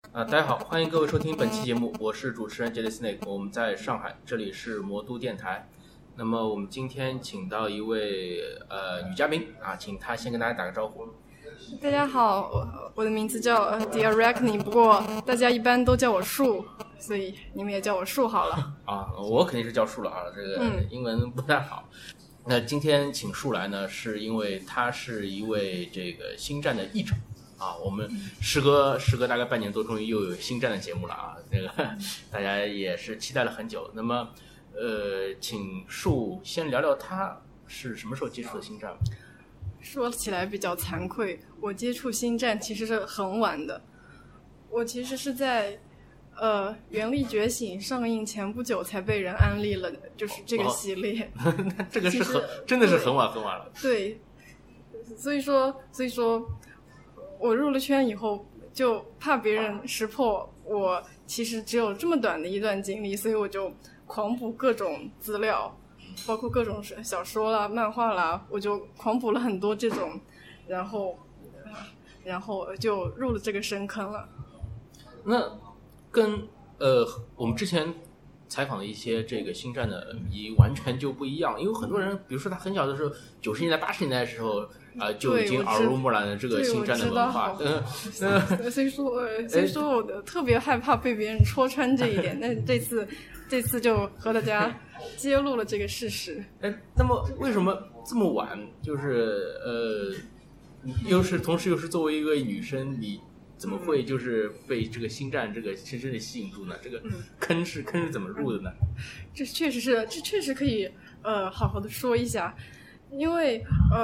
大家好，欢迎各位收听本期节目，我是主持人 Jelly Snake， 我们在上海，这里是魔都电台。那么我们今天请到一位女嘉宾啊，请她先跟大家打个招呼。 大家好，我的名字叫The Arachne， 不过大家一般都叫我树，所以你们也叫我树好了。 啊，我肯定是叫树了啊，这个英文不太好。那今天请树来呢，是因为他是一位这个星战的译者啊。我们时隔大概半年多，终于又有星战的节目了啊，这个大家也是期待了很久。那么请树先聊聊他是什么时候接触的星战。 说起来比较惭愧，我接触星战其实是很晚的。我其实是在原力觉醒上映前不久才被人安利了，就是这个系列。 这个是真的是很晚了。 对，所以说我入了圈以后就怕别人识破我其实只有这么短的一段经历，所以我就狂补各种资料，包括各种小说啦、漫画啦，我就狂补了很多这种，然后就入了这个深坑了。那跟我们之前采访的一些这个星战的迷完全就不一样，因为很多人比如说他很小的时候90年代80年代的时候就已经耳濡目染了这个星战的文化。 所以说我特别害怕被别人戳穿这一点。那这次就和大家揭露了这个事实。 那么为什么这么晚？就是同时又是作为一个女生，你怎么会就是被这个星战这个深深的吸引住呢？这个坑是怎么入的呢？ 这确实可以好好的说一下。因为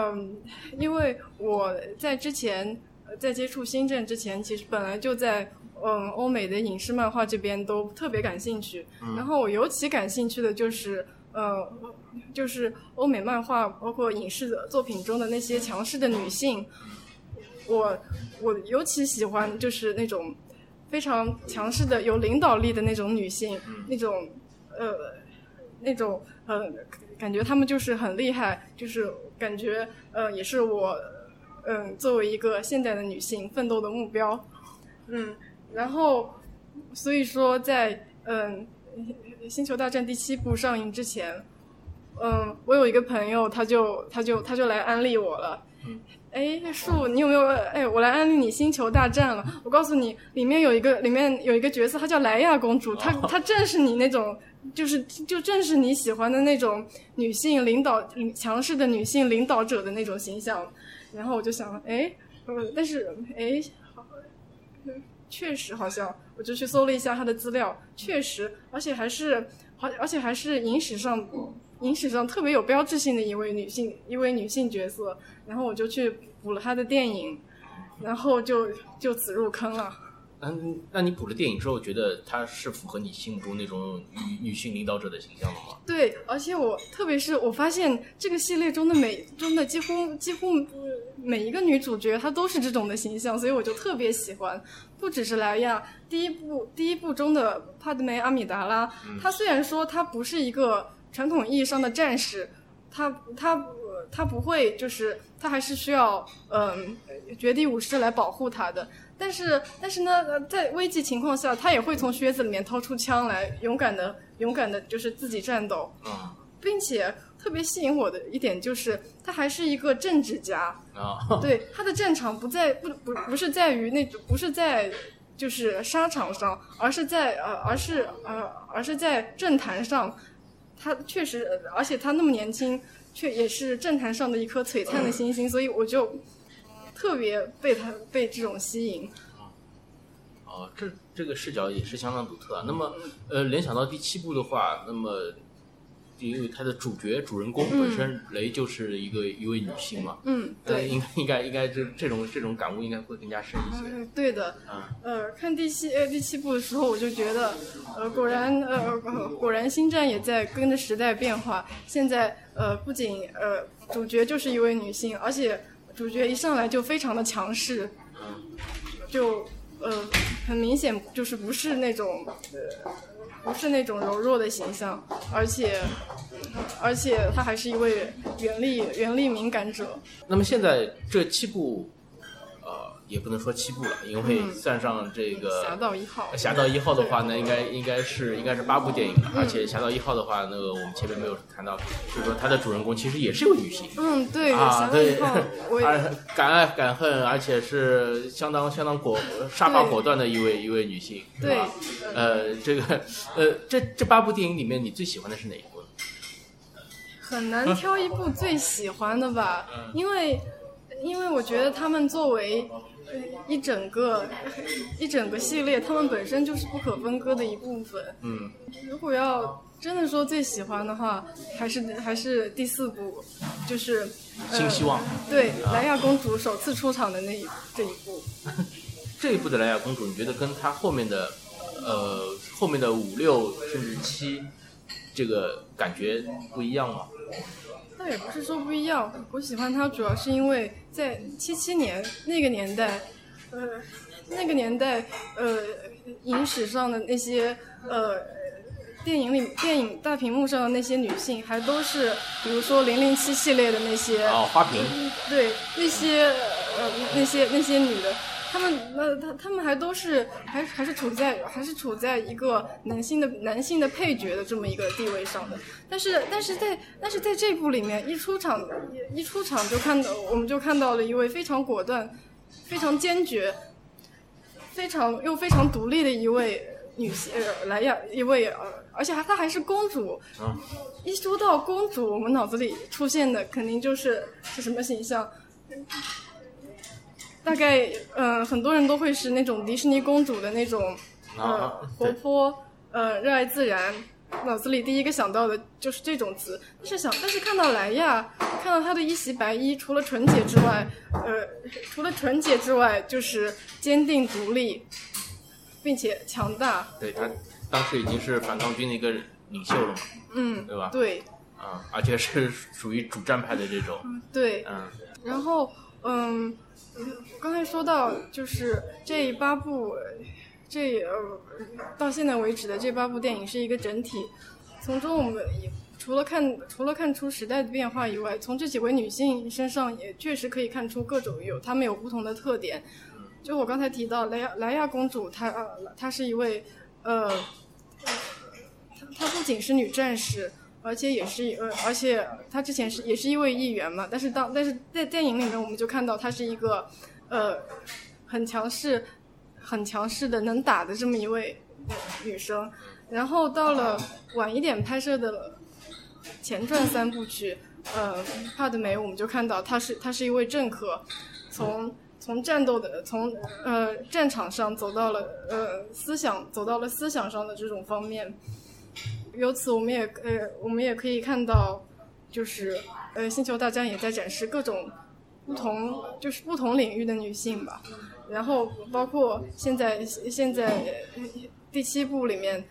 我在之前在接触星战之前，其实本来就在欧美的影视漫画这边都特别感兴趣。然后我尤其感兴趣的就是欧美漫画包括影视的作品中的那些强势的女性。我尤其喜欢就是那种非常强势的有领导力的那种女性，那种感觉她们就是很厉害，就是感觉也是我作为一个现代的女性奋斗的目标。然后所以说在星球大战第7部上映之前，我有一个朋友他就来安利我了。树，你有没有我来安利你星球大战了。我告诉你，里面有一个角色，她叫莱娅公主，她正是你那种就正是你喜欢的那种女性强势的女性领导者的那种形象。然后我就想但是确实好像，我就去搜了一下她的资料，确实而且还是影史上特别有标志性的一位女性角色。然后我就去补了她的电影，然后就此入坑了。 那你补了电影之后，觉得她是符合你心目中那种女性领导者的形象的吗？ 对，而且特别是我发现这个系列中的几乎每一个女主角她都是这种的形象，所以我就特别喜欢。不只是莱娅，第一部中的帕德梅阿米达拉，她虽然说她不是一个传统意义上的战士，她不会，就是她还是需要绝地武士来保护她的。但是呢，在危急情况下，她也会从靴子里面掏出枪来，勇敢的就是自己战斗。并且特别吸引我的一点就是她还是一个政治家。对，她的战场不是在于那种，不是在就是沙场上，而是在政坛上。她确实，而且她那么年轻，却也是政坛上的一颗璀璨的星星，所以我就特别被这种吸引。 这个视角也是相当独特啊。那么联想到第7部的话，那么因为它的主人公本身雷就是一位女性嘛。对，应该这种感悟应该会更加深一些。 对的。看第七部的时候，我就觉得果然星战也在跟着时代变化。现在不仅主角就是一位女性，而且主角一上来就非常的强势，就很明显就是不是那种柔弱的形象，而且他还是一位原力敏感者。 那么现在这7部也不能说7部了，因为算上这个侠盗1号， 侠盗1号的话呢，应该是8部电影了，而且侠盗1号的话，那个我们前面没有谈到，就是说它的主人公其实也是一位女性。 对， 啊， 对， 敢爱敢恨，而且是相当杀伐果断的一位女性。 对， 这8部电影里面，你最喜欢的是哪一部？ 很难挑一部最喜欢的吧，因为我觉得他们作为一整个系列，他们本身就是不可分割的一部分。如果要真的说最喜欢的话，还是第4部，就是新希望。 对，莱娅公主首次出场的这一部。 这一部的莱娅公主，你觉得跟她后面的5、6甚至7这个感觉不一样吗？ 倒也不是说不一样，我喜欢她主要是因为在77年那个年代，影史上的那些电影大屏幕上的那些女性，还都是比如说007系列的那些花瓶， 对，那些女的。他们还都是还是处在一个男性的配角的这么一个地位上的，但是在这部里面一出场我们就看到了一位非常果断、非常坚决、非常独立的一位女性莱娅，而且她还是公主。一说到公主，我们脑子里出现的肯定是什么形象？大概很多人都会是那种迪士尼公主的那种活泼热爱自然，脑子里第一个想到的就是这种词。但是看到莱娅，看到她的一袭白衣，除了纯洁之外就是坚定独立并且强大。 对，她当时已经是反抗军的一个领袖了嘛，对吧？ 对， 而且是属于主战派的这种。 对，然后刚才说到就是这8部，到现在为止的这8部电影是一个整体，从中我们除了看出时代的变化以外，从这几位女性身上也确实可以看出她们有不同的特点。就我刚才提到莱娅公主，她是一位她不仅是女战士，而且她之前也是一位议员嘛，但是在电影里面我们就看到她是一个很强势的能打的这么一位女生。然后到了晚一点拍摄的前传3部曲帕德梅，我们就看到她是一位政客，从战场上走到了思想上的这种方面。由此我们也可以看到，就是星球大战也在展示各种不同领域的女性吧。然后包括现在第7部里面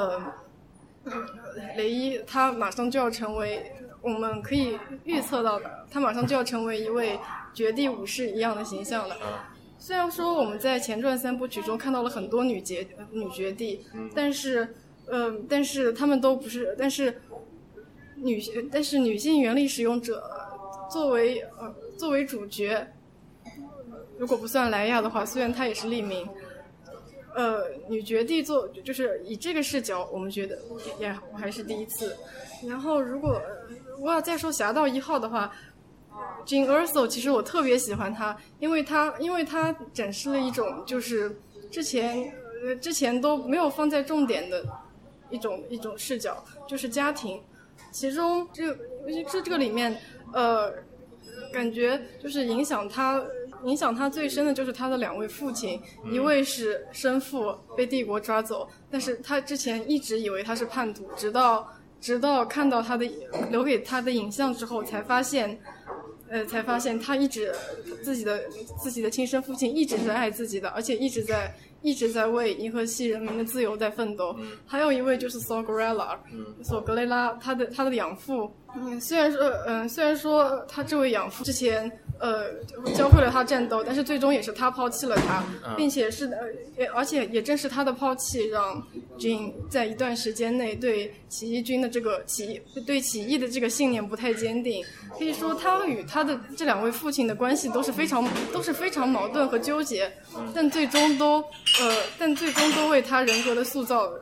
雷伊她马上就要成为，我们可以预测到的，她马上就要成为一位绝地武士一样的形象了。虽然说我们在前传3部曲中看到了很多女绝地，但是他们都不是，但是女性原力使用者作为主角，如果不算莱娅的话，虽然她也是匿名，女绝地就是以这个视角，我们觉得我还是第一次。然后如果我要再说侠盗1号的话，Jyn Erso 其实我特别喜欢他，因为他展示了一种就是之前都没有放在重点的一种视角，就是家庭。其中这个里面感觉就是影响他最深的就是他的2位父亲，一位是生父被帝国抓走，但是他之前一直以为他是叛徒，直到看到他的留给他的影像之后，才发现他自己的亲生父亲一直是爱自己的，而且一直在为银河系人民的自由在奋斗。还有一位就是索格雷拉，他的养父。虽然说他这位养父之前教会了他战斗，但是最终也是他抛弃了他，并且而且也正是他的抛弃，让Jin在一段时间内对起义军的对起义的这个信念不太坚定。可以说，他与他的这两位父亲的关系都是非常矛盾和纠结，但最终都为他人格的塑造，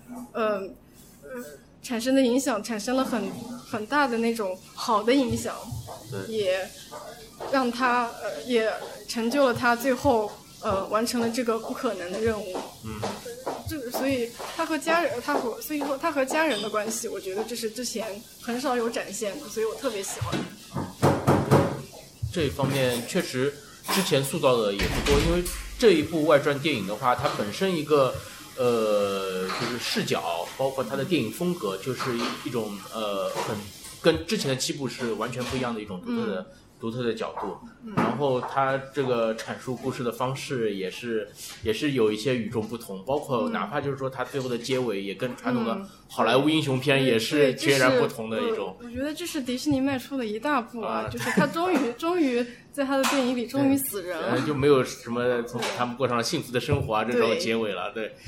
产生的影响产生了很大的那种好的影响，也让他也成就了他最后完成了这个不可能的任务。所以他和家人的关系，我觉得这是之前很少有展现的，所以我特别喜欢。 这一方面确实之前塑造的也不多，因为这一部外传电影的话，它本身一个就是视角，包括它的电影风格，就是一种很跟之前的7部是完全不一样的一种独特的角度。然后它这个阐述故事的方式也是有一些与众不同，包括哪怕就是说它最后的结尾也跟传统的好莱坞英雄片也是截然不同的一种。 我觉得这是迪士尼迈出的一大步就是他终于在他的电影里终于死人了， 就没有什么从他们过上了幸福的生活这种结尾了。对，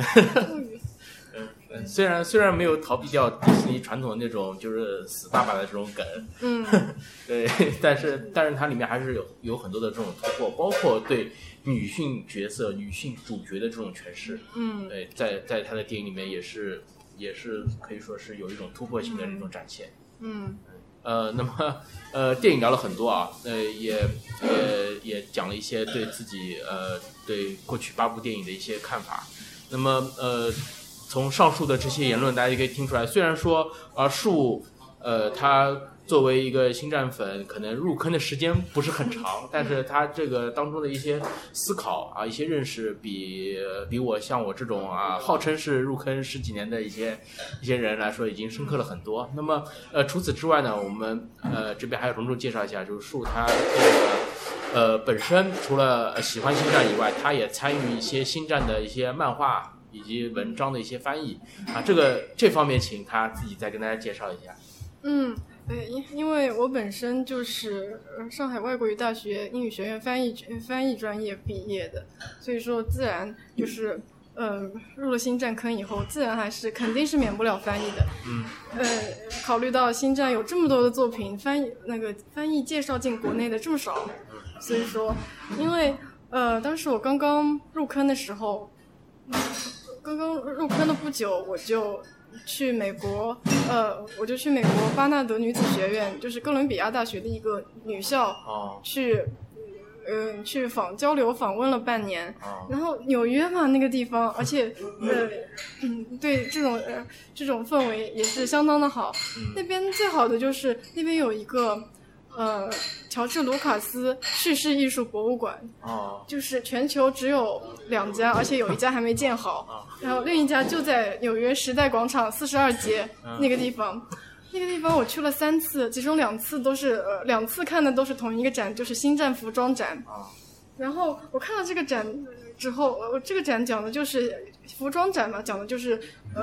虽然没有逃避掉迪士尼传统的那种就是死爸爸的这种梗，对，但是它里面还是有很多的这种突破，包括对女性角色、女性主角的这种诠释，对，在他的电影里面也是可以说是有一种突破性的这种展现，那么电影聊了很多啊，也讲了一些对自己对过去8部电影的一些看法，那么从上述的这些言论，大家就可以听出来，虽然说树他作为一个星战粉，可能入坑的时间不是很长，但是他这个当中的一些思考一些认识比像我这种号称是入坑10几年的一些人来说，已经深刻了很多。那么除此之外呢，我们这边还要隆重介绍一下，就是树他这个本身除了喜欢星战以外，他也参与一些星战的一些漫画以及文章的一些翻译这方面请他自己再跟大家介绍一下。 因为我本身就是上海外国语大学英语学院翻译专业毕业的，所以说自然就是入了星战坑以后，自然肯定是免不了翻译的。考虑到星战有这么多的作品，翻译介绍进国内的这么少，所以说因为当时我刚刚入坑的时候，刚刚入坑的不久，我就去美国巴纳德女子学院，就是哥伦比亚大学的一个女校，去交流访问了半年。然后纽约嘛，那个地方，而且对这种氛围也是相当的好。那边最好的就是那边有一个乔治卢卡斯叙事艺术博物馆，就是全球只有2家，而且有一家还没建好，然后另一家就在纽约时代广场42街那个地方。那个地方我去了3次，其中2次都是2次看的都是同一个展，就是星战服装展。然后我看了这个展之后，这个展讲的就是服装展嘛，讲的就是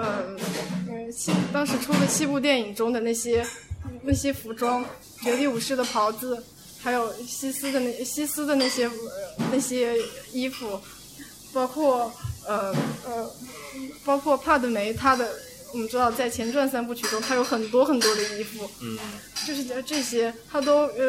当时出的7部电影中的那些服装，绝地武士的袍子，还有西斯的那些衣服，包括帕德梅他的。我们知道在前传3部曲中他有很多很多的衣服，就是这些他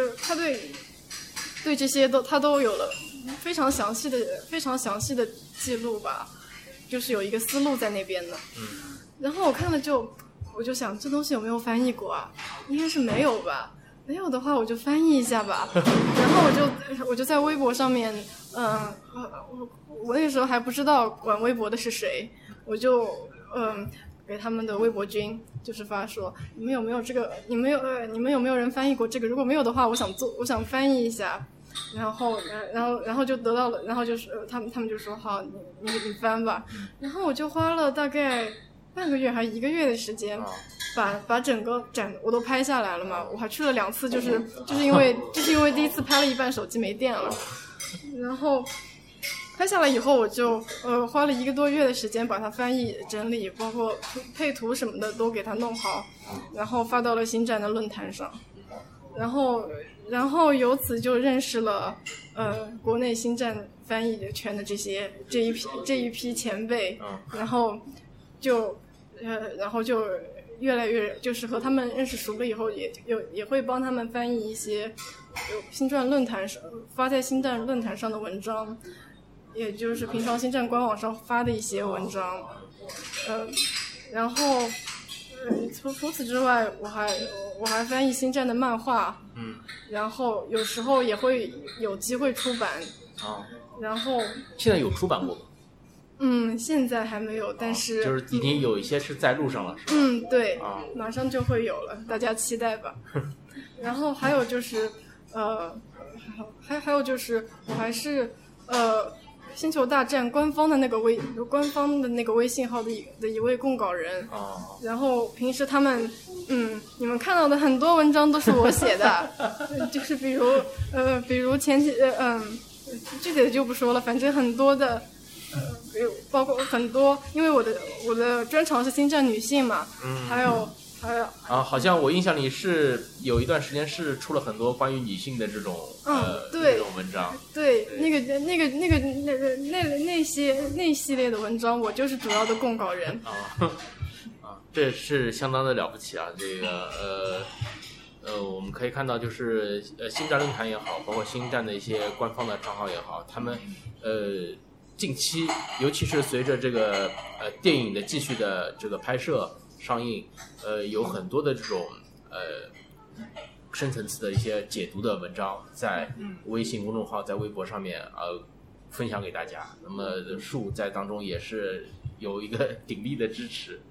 对这些他都有了非常详细的记录吧，就是有一个思路在那边的。然后我看了我就想这东西有没有翻译过啊？应该是没有吧，没有的话我就翻译一下吧。然后我就在微博上面，我那个时候还不知道管微博的是谁，我就给他们的微博君就是发说，你们有没有人翻译过这个？如果没有的话，我想翻译一下。然后就得到了，然后就是他们就说好，你翻吧。然后我就花了大概半个月还是1个月的时间，把整个展我都拍下来了嘛。我还去了2次，就是因为第一次拍了一半手机没电了，然后拍下来以后，我就花了1个多月的时间把它翻译整理，包括配图什么的都给它弄好，然后发到了星战的论坛上。然后然后由此就认识了国内星战翻译圈的这一批前辈，然后就越来越就是和他们认识熟了以后，也会帮他们翻译一些有星战论坛上发在星战论坛上的文章，也就是平常星战官网上发的一些文章，然后除此之外，我还翻译星战的漫画，然后有时候也会有机会出版，然后现在有出版过吗？ 现在还没有，但是就是已经有一些是在路上了，是吧？ 对，马上就会有了，大家期待吧。然后还有就是还有就是我还是星球大战官方的那个微信号的一位供稿人，然后平时他们你们看到的很多文章都是我写的，就是比如前几具体的就不说了，反正很多的包括很多，因为我的专长是星战女性嘛，还有好像我印象里是有一段时间是出了很多关于女性的这种对这种文章， 对，那系列的文章，我就是主要的供稿人这是相当的了不起啊！这个我们可以看到，就是星战论坛也好，包括星战的一些官方的账号也好，他们近期，尤其是随着这个电影的继续的这个拍摄上映，有很多的这种深层次的一些解读的文章，在微信公众号、在微博上面分享给大家。那么树在当中也是有一个鼎力的支持。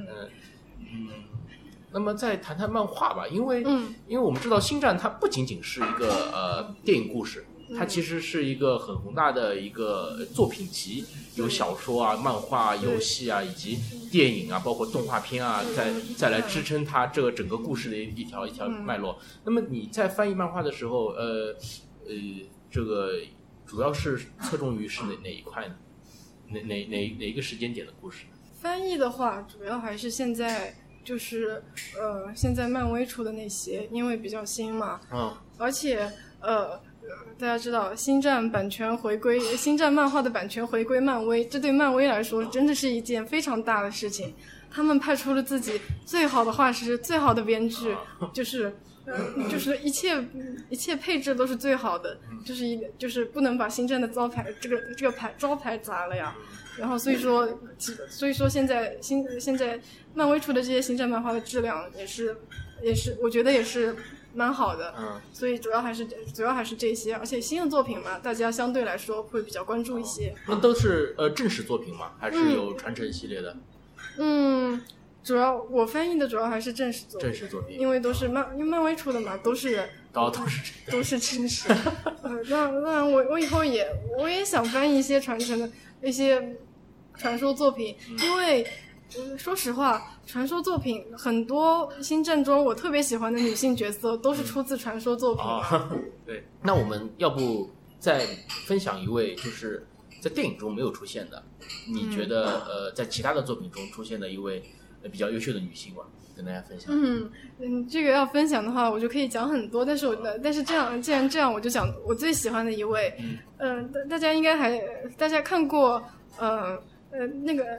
那么再谈谈漫画吧，因为我们知道星战它不仅仅是一个电影故事。它其实是一个很宏大的一个作品集，有小说啊、漫画、游戏啊，以及电影啊，包括动画片啊，再来支撑它这个整个故事的一条脉络。那么你在翻译漫画的时候，这个主要是侧重于是哪一块呢？哪一个时间点的故事？ 翻译的话，主要还是现在现在漫威出的那些，因为比较新嘛，而且大家知道星战漫画的版权回归漫威，这对漫威来说真的是一件非常大的事情。他们派出了自己最好的画师、最好的编剧，就是一切配置都是最好的，就是不能把星战的招牌这个招牌砸了呀。然后所以说现在漫威出的这些星战漫画的质量也是我觉得也是蛮好的，所以主要还是这些，而且新的作品嘛，大家相对来说会比较关注一些。 那都是正式作品吗？还是有传承系列的？ 主要我翻译的主要还是正式作品，因为都是因为漫威出的嘛，都是正式。那我以后我也想翻译一些传承的一些传说作品，因为说实话，传说作品很多，星战中我特别喜欢的女性角色都是出自传说作品。 对，那我们要不再分享一位就是在电影中没有出现的，你觉得在其他的作品中出现的一位比较优秀的女性吧，跟大家分享。 这个要分享的话，我就可以讲很多，但是既然这样，我就讲我最喜欢的一位。大家看过那个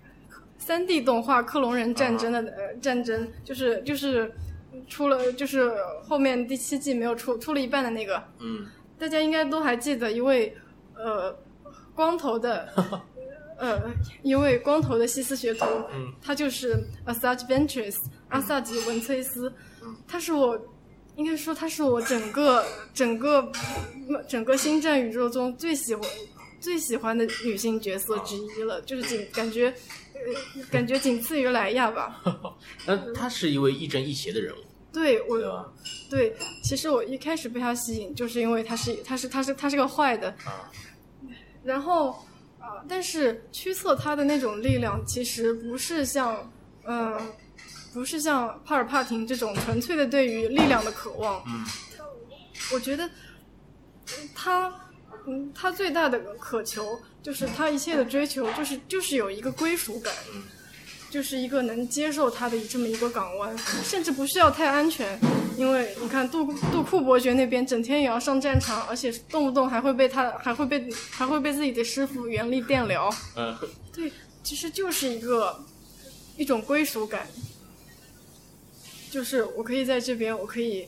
3D 动画《克隆人战争》的战争，就是出了，就是后面第7季没有出了一半的那个。大家应该都还记得一位光头的一位光头的西斯学徒，他就是 Asajj Ventress 阿萨吉文崔斯，应该说他是我整个星战宇宙中最喜欢的女性角色之一了，就是感觉仅次于莱娅吧。 那她是一位亦正亦邪的人物。 对，其实我一开始被她吸引，就是因为她是个坏的，然后但是驱策她的那种力量，其实不是像帕尔帕廷这种纯粹的对于力量的渴望。我觉得他最大的渴求就是他一切的追求就是有一个归属感， 就是一个能接受他的这么一个港湾，甚至不需要太安全，因为你看杜库伯爵那边整天也要上战场，而且动不动还会被自己的师傅袁立电疗。对，其实就是一种归属感，就是我可以在这边，我可以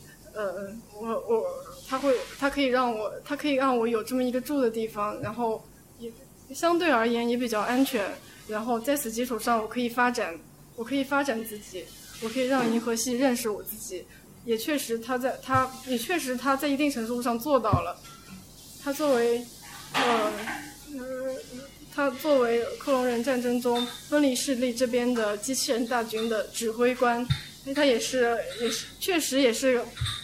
他可以让我有这么一个住的地方，然后也相对而言也比较安全，然后在此基础上我可以发展自己，我可以让银河系认识我自己，也确实他在一定程度上做到了。他作为克隆人战争中分离势力这边的机器人大军的指挥官，他也是确实也是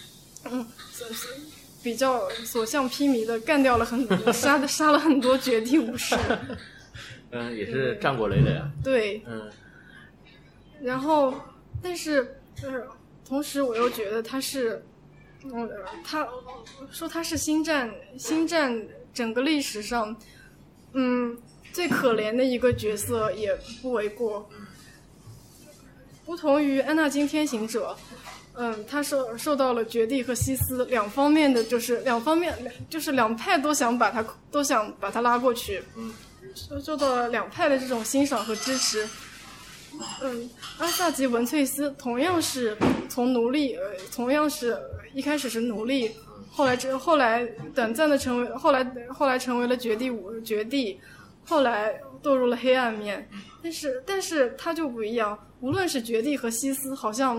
比较所向披靡的干掉了很多杀了很多绝地武士。 也是战果累累啊。 对。然后但是同时我又觉得他是他说他是星战整个历史上最可怜的一个角色也不为过。不同于安纳金天行者，他受到了绝地和西斯两方面两派都想把他拉过去，受到了两派的这种欣赏和支持。阿萨吉文翠斯同样是从奴隶，同样是一开始是奴隶，后来短暂的后来成为了绝地，后来堕入了黑暗面。但是他就不一样，无论是绝地和西斯，好像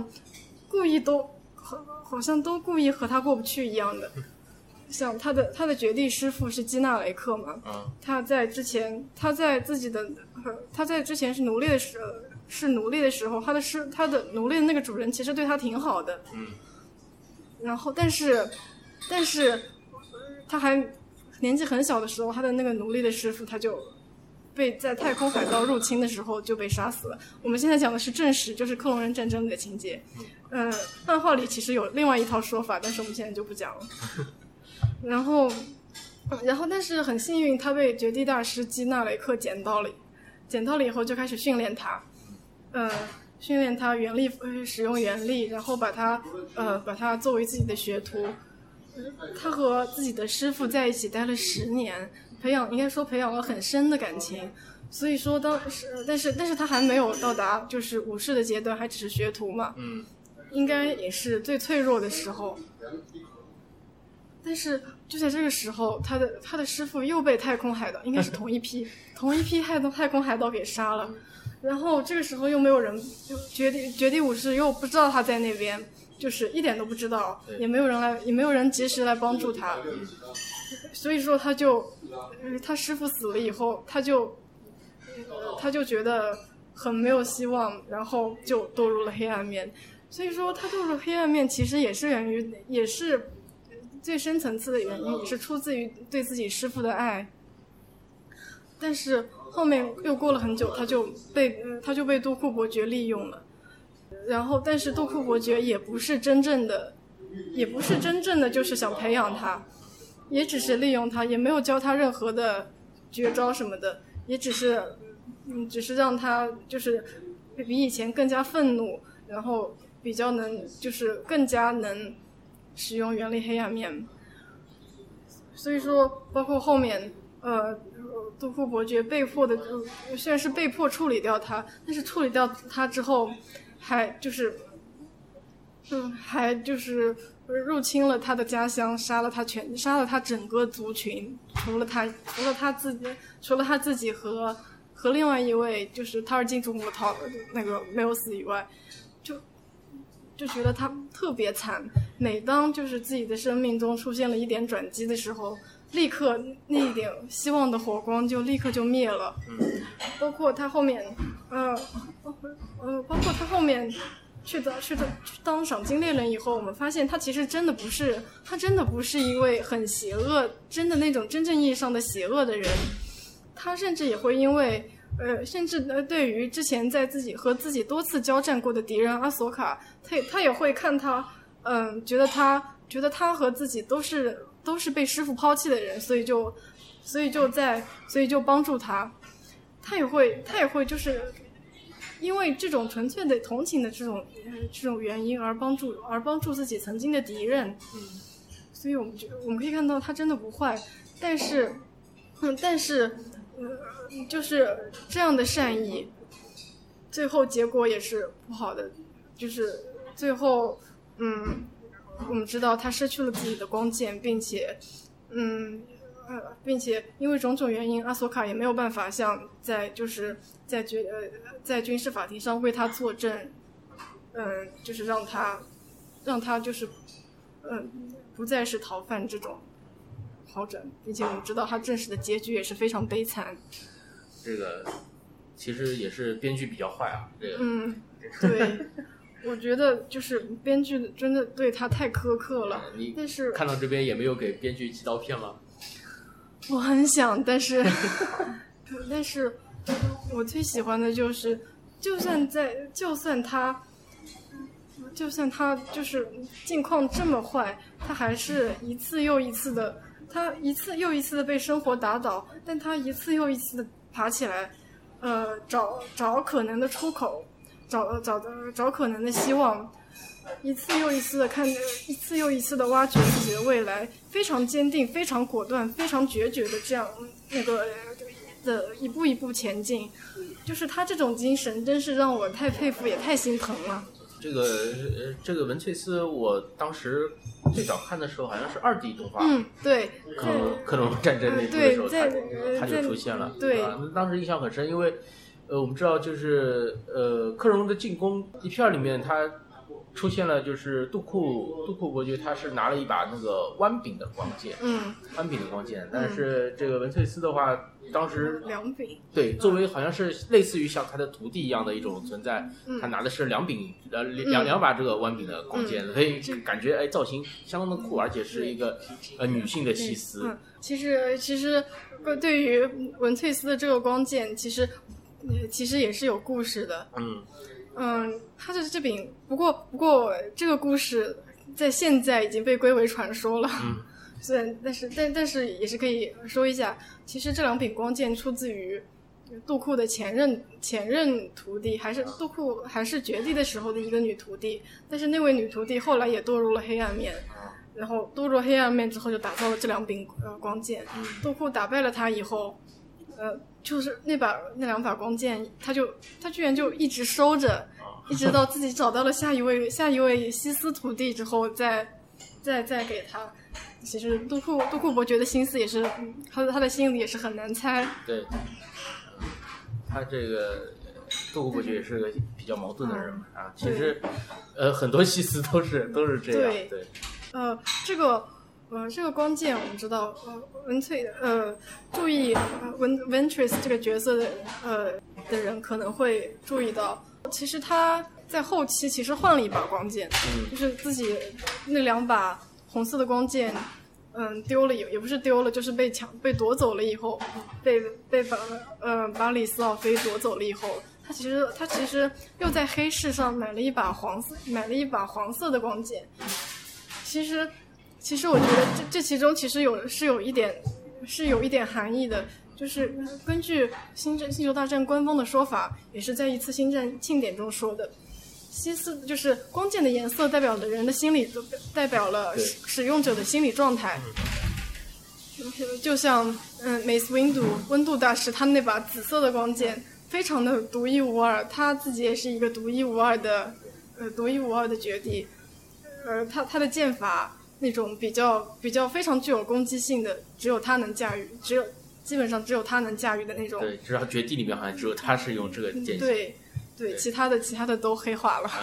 都故意和他过不去一样的。像他的绝地师傅是基纳雷克嘛，他在之前是奴隶的时候，他的奴隶的那个主人其实对他挺好的。然后但是他还年纪很小的时候，他的那个奴隶的师傅他就被在太空海盗入侵的时候就被杀死了。我们现在讲的是正史，就是克隆人战争里的情节。漫画里其实有另外一套说法，但是我们现在就不讲了。然后但是很幸运，他被绝地大师基纳雷克捡到了以后就开始训练他，训练他使用原力，然后把他作为自己的学徒。他和自己的师傅在一起待了10年，应该说培养了很深的感情。所以说但是他还没有到达就是武士的阶段，还只是学徒嘛，应该也是最脆弱的时候。但是就在这个时候，他的师傅又被太空海盗，应该是同一批太空海盗给杀了。然后这个时候又没有人，绝地武士又不知道他在那边，就是一点都不知道，也没有人及时来帮助他。所以说他师傅死了以后，他就觉得很没有希望，然后就堕入了黑暗面。所以说他堕入黑暗面其实也是最深层次的原因，也是出自于对自己师傅的爱。但是后面又过了很久，他就被杜库伯爵利用了。然后但是杜库伯爵也不是真正的就是想培养他，也只是利用他，也没有教他任何的绝招什么的，也只是让他就是比以前更加愤怒，然后比较就是更加能使用原力黑暗面。所以说包括后面杜库伯爵虽然是被迫处理掉他，但是处理掉他之后还就是入侵了他的家乡，杀了他整个族群，除了他自己和另外一位就是塔尔金主母那个没有死以外，就觉得他特别惨。每当就是自己的生命中出现了一点转机的时候，立刻那一点希望的火光就立刻就灭了。包括他后面去当赏金猎人以后，我们发现他其实真的不是一位很邪恶，真的那种真正意义上的邪恶的人。他甚至也会因为对于之前在和自己多次交战过的敌人阿索卡，他也会看他觉得他和自己都是被师傅抛弃的人，所以就帮助他。他也会就是因为这种纯粹的同情的这种原因而帮助自己曾经的敌人。所以我们可以看到他真的不坏，但是就是这样的善意，最后结果也是不好的，就是最后我们知道他失去了自己的光剑，并且因为种种原因，阿索卡也没有办法像在军事法庭上为他作证，就是让他就是不再是逃犯这种好转，并且我们知道他正式的结局也是非常悲惨。 这个其实也是编剧比较坏啊，这个对。我觉得就是编剧真的对他太苛刻了，但是看到这边也没有给编剧寄刀片吗？ 我很想，但是我最喜欢的就是，就算他就是境况这么坏，他还是一次又一次的被生活打倒，但他一次又一次的爬起来，找可能的出口。找可能的希望，一次又一次的挖掘自己的未来，非常坚定、非常果断、非常决绝的这样的一步一步前进，就是他这种精神真是让我太佩服也太心疼了。 这个文翠丝，我当时最早看的时候好像是2D 动画， 对， 克隆战争那部的时候，他就出现了， 对， 当时印象很深，因为。我们知道就是克隆的进攻一片里面，他出现了就是杜库伯爵，他是拿了一把那个弯柄的光剑，但是这个文翠丝的话，当时两柄， 对，作为好像是类似于像他的徒弟一样的一种存在，他拿的是两把这个弯柄的光剑，所以感觉造型相当的酷，而且是一个女性的西斯。 其实对于文翠丝的这个光剑，其实也是有故事的。他的这柄不过这个故事在现在已经被归为传说了。虽然但是也是可以说一下，其实这两柄光剑出自于杜库的前任徒弟，杜库还是绝地的时候的一个女徒弟，但是那位女徒弟后来也堕入了黑暗面。然后堕入黑暗面之后，就打造了这两柄光剑。杜库打败了他以后，就是那两把光剑，他居然就一直收着，一直到自己找到了下一位西斯徒弟之后，再给他。其实杜库伯爵的心思也是，他的心里也是很难猜。 对，他这个杜库伯爵也是个比较矛盾的人嘛其实很多西斯都是这样。对。 这个光剑我们知道，文翠注意Ventress 这个角色的人可能会注意到，其实他在后期其实换了一把光剑，就是自己那两把红色的光剑，丢了也不是丢了，就是被夺走了以后，被巴里斯奥菲夺走了以后，他其实又在黑市上买了一把黄色的光剑。其实我觉得这其中其实是有一点含义的，就是根据星球大战官方的说法，也是在一次星战庆典中说的，西斯就是光剑的颜色代表了人的心理，代表了使用者的心理状态。就像美斯温度大师他那把紫色的光剑非常的独一无二，他自己也是一个独一无二的绝地，他的剑法那种比较非常具有攻击性的，只有他能驾驭，基本上只有他能驾驭的那种。 对，至少绝地里面好像只有他是用这个剑。 对，其他的都黑化了。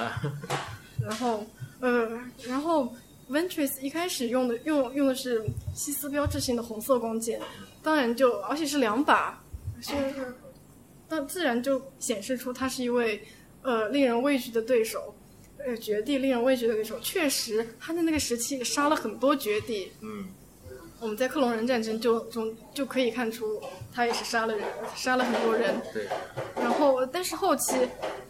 然后 Ventress 一开始用的是西斯标志性的红色光剑，当然而且是两把，自然就显示出他是一位令人畏惧的对手。绝地令人畏惧的对手，确实他在那个时期杀了很多绝地。我们在克隆人战争中就可以看出，他也是杀了很多人。 对。 然后，但是后期，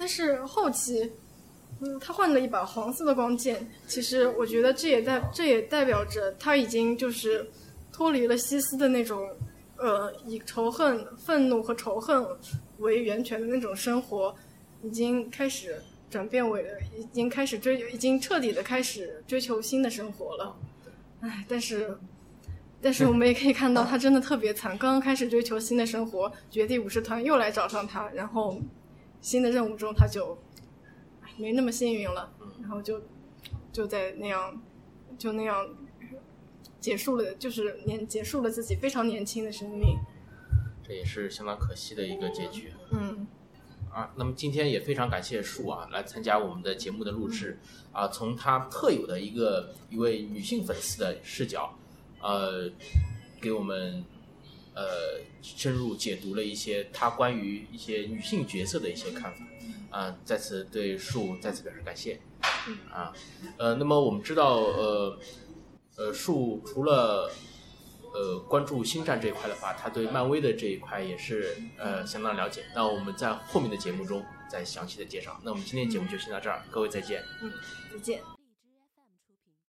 他换了一把黄色的光剑。其实我觉得这也代表着他已经就是脱离了西斯的那种以仇恨、愤怒和仇恨为源泉的那种生活。 已经开始转变为已经彻底的开始追求新的生活了。唉，但是我们也可以看到他真的特别惨，刚刚开始追求新的生活，绝地武士团又来找上他，然后新的任务中他就没那么幸运了，然后就在那样结束了自己非常年轻的生命， 这也是相当可惜的一个结局。那么今天也非常感谢树来参加我们的节目的录制从他特有的一位女性粉丝的视角给我们深入解读了一些他关于一些女性角色的一些看法在此对树再次表示感谢那么我们知道树除了关注星战这一块的话，他对漫威的这一块也是相当了解。那我们在后面的节目中再详细的介绍。那我们今天节目就先到这儿，各位再见。 再见。